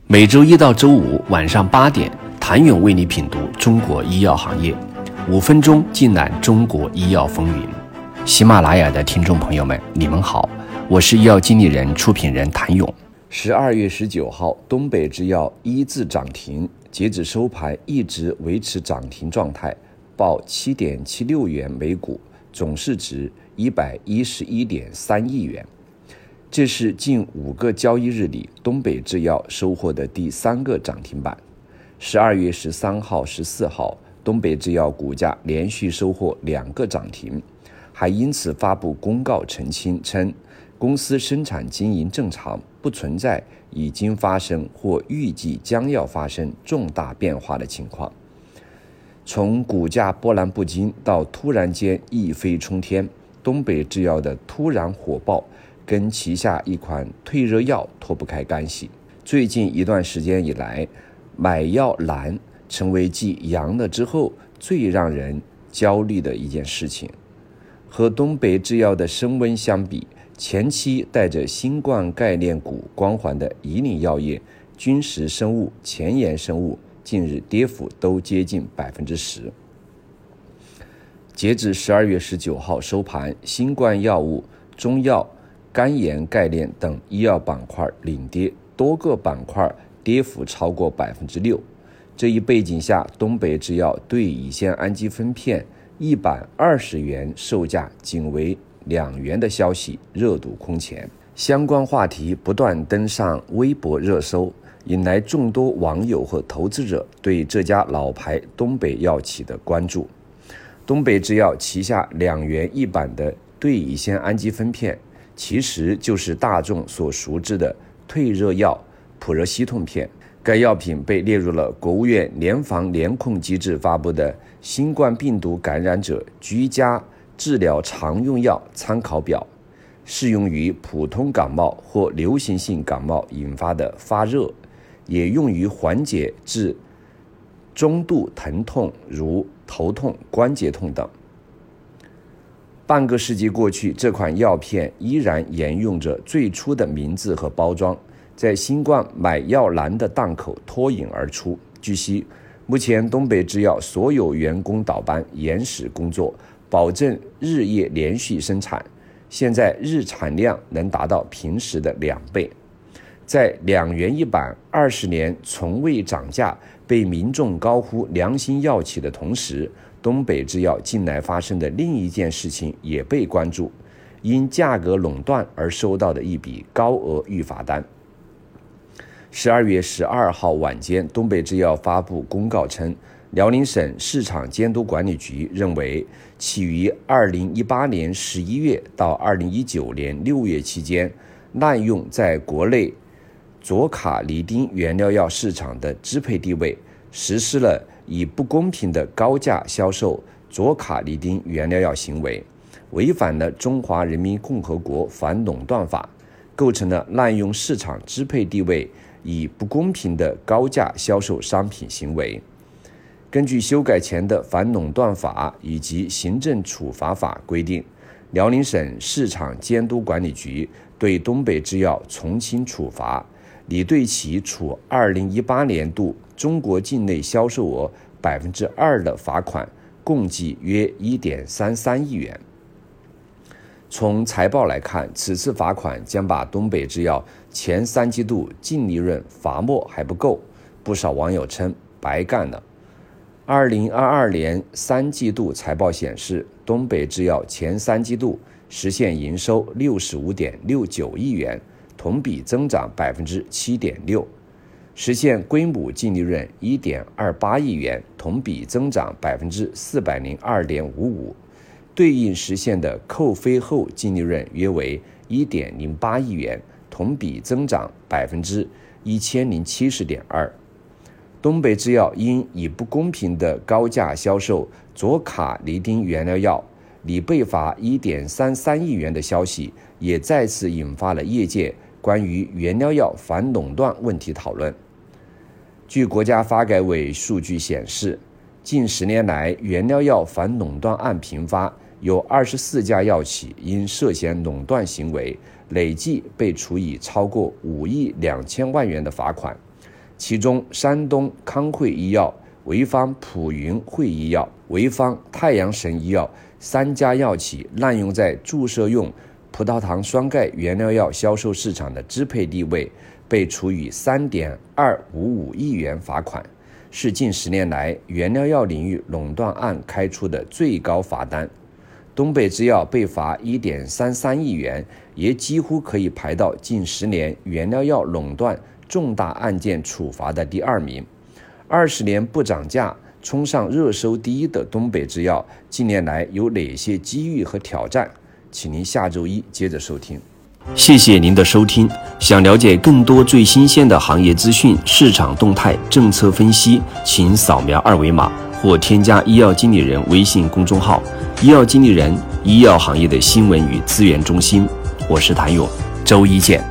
每周一到周五晚上8点，谭勇为你品读中国医药行业，5分钟尽览中国医药风云。喜马拉雅的听众朋友们，你们好，我是医药经理人、出品人谭勇。 12月19号，东北制药一字涨停，截止收盘一直维持涨停状态，报7.76元每股，总市值111.3亿元。这是近5个交易日里东北制药收获的第3个涨停板。12月13号、14号，东北制药股价连续收获2个涨停，还因此发布公告澄清称，公司生产经营正常，不存在已经发生或预计将要发生重大变化的情况。从股价波澜不惊到突然间一飞冲天，东北制药的突然火爆跟旗下一款退热药脱不开干系。最近一段时间以来，买药难成为继阳了之后最让人焦虑的一件事情。和东北制药的升温相比，前期带着新冠概念股光环的以岭药业、君实生物、前沿生物近日跌幅都接近 10%。 截至12月19号收盘，新冠药物、中药、肝炎概念等医药板块领跌，多个板块跌幅超过 6%。 这一背景下，东北制药对乙酰氨基酚片一板20元售价仅为2元的消息热度空前，相关话题不断登上微博热搜，引来众多网友和投资者对这家老牌东北药企的关注。东北制药旗下2元一板的对乙酰氨基酚片，其实就是大众所熟知的退热药普热西痛片。该药品被列入了国务院联防联控机制发布的新冠病毒感染者居家治疗常用药参考表，适用于普通感冒或流行性感冒引发的发热，也用于缓解至中度疼痛，如头痛、关节痛等。半个世纪过去，这款药片依然沿用着最初的名字和包装，在新冠买药难的档口脱颖而出。据悉，目前东北制药所有员工倒班延时工作，保证日夜连续生产，现在日产量能达到平时的2倍。在2元一板20年从未涨价，被民众高呼良心药企的同时，东北制药近来发生的另一件事情也被关注，因价格垄断而收到的一笔高额预罚单。12月12号晚间，东北制药发布公告称，辽宁省市场监督管理局认为，其于2018年11月到2019年6月期间，滥用在国内佐卡尼丁原料药市场的支配地位，实施了以不公平的高价销售佐卡尼丁原料药行为，违反了中华人民共和国反垄断法，构成了滥用市场支配地位以不公平的高价销售商品行为。根据修改前的反垄断法以及行政处罚法规定，辽宁省市场监督管理局对东北制药从轻处罚，拟对其处2018年度中国境内销售额 2% 的罚款，共计约 1.33亿元。从财报来看，此次罚款将把东北制药前3季度净利润罚没还不够，不少网友称白干了。2022年3季度财报显示，东北制药前3季度实现营收 65.69 亿元，同比增长 7.6%， 实现归母净利润 1.28 亿元，同比增长 402.55%， 对应实现的扣非后净利润约为 1.08 亿元，同比增长 1070.2%。东北制药因以不公平的高价销售佐卡尼丁原料药，拟被罚 1.33 亿元的消息，也再次引发了业界关于原料药反垄断问题讨论。据国家发改委数据显示，近10年来原料药反垄断案频发，有24家药企因涉嫌垄断行为，累计被处以超过5亿2千万元的罚款。 其中山东康汇医药、潍坊普云汇医药、潍坊太阳神医药3家药企滥用在注射用葡萄糖酸钙原料药销售市场的支配地位，被处以3.255亿元罚款，是近10年来原料药领域垄断案开出的最高罚单。东北制药被罚1.33亿元，也几乎可以排到近10年原料药垄断重大案件处罚的第2名。20年不涨价，冲上热搜第1的东北制药，近年来有哪些机遇和挑战？请您下周一接着收听。 谢谢您的收听。想了解更多最新鲜的行业资讯、市场动态、政策分析，请扫描2维码或添加医药经理人微信公众号“医药经理人”，医药行业的新闻与资源中心。我是谭勇，周一见。